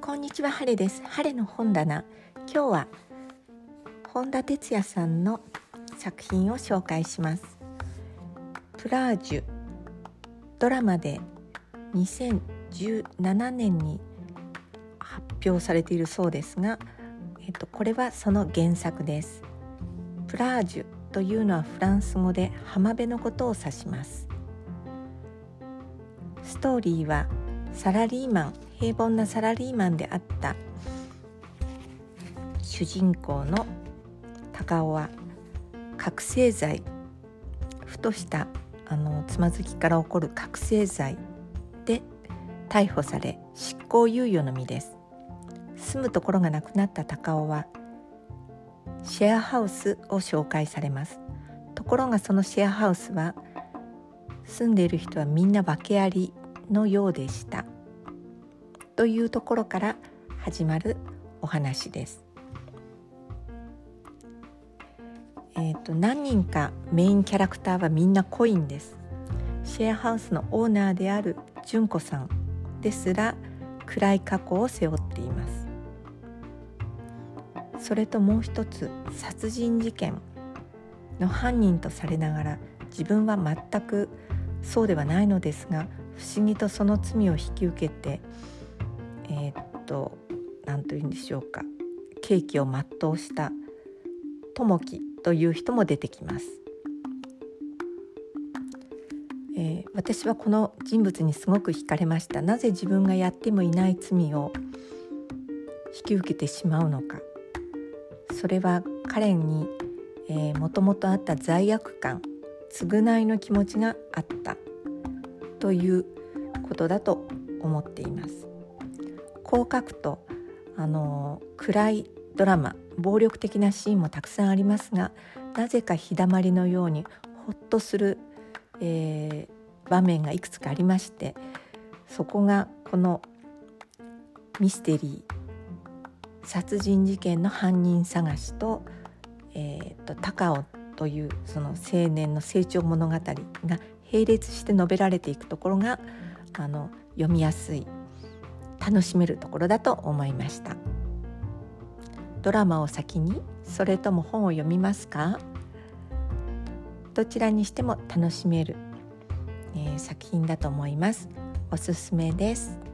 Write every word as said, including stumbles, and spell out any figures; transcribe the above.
こんにちは、ハレです。ハレの本棚。今日は本田哲也さんの作品を紹介します。プラージュ、ドラマでにせんじゅうななねんに発表されているそうですが、えっと、これはその原作です。プラージュというのはフランス語で浜辺のことを指します。ストーリーはサラリーマン、平凡なサラリーマンであった主人公の高尾は覚醒剤、ふとしたあのつまずきから起こる覚醒剤で逮捕され執行猶予の身です。住むところがなくなった高尾はシェアハウスを紹介されます。ところがそのシェアハウスは住んでいる人はみんな訳ありのようでしたというところから始まるお話です。えーと、何人かメインキャラクターはみんなコインです。シェアハウスのオーナーである純子さんですら暗い過去を背負っています。それともう一つ、殺人事件の犯人とされながら自分は全くそうではないのですが、不思議とその罪を引き受けてえー、っと何というんでしょうか、刑期を全うした友樹という人も出てきます。えー、私はこの人物にすごく惹かれました。なぜ自分がやってもいない罪を引き受けてしまうのか。それは彼に、えー、もともとあった罪悪感、償いの気持ちがあったということだと思っています。こう書くとあの暗いドラマ、暴力的なシーンもたくさんありますが、なぜか日だまりのようにほっとする、えー、場面がいくつかありまして、そこがこのミステリー、殺人事件の犯人探しと、えー、と高尾というその青年の成長物語が並列して述べられていくところがあの読みやすい、楽しめるところだと思いました。ドラマを先に、それとも本を読みますか？どちらにしても楽しめる、えー、作品だと思います。おすすめです。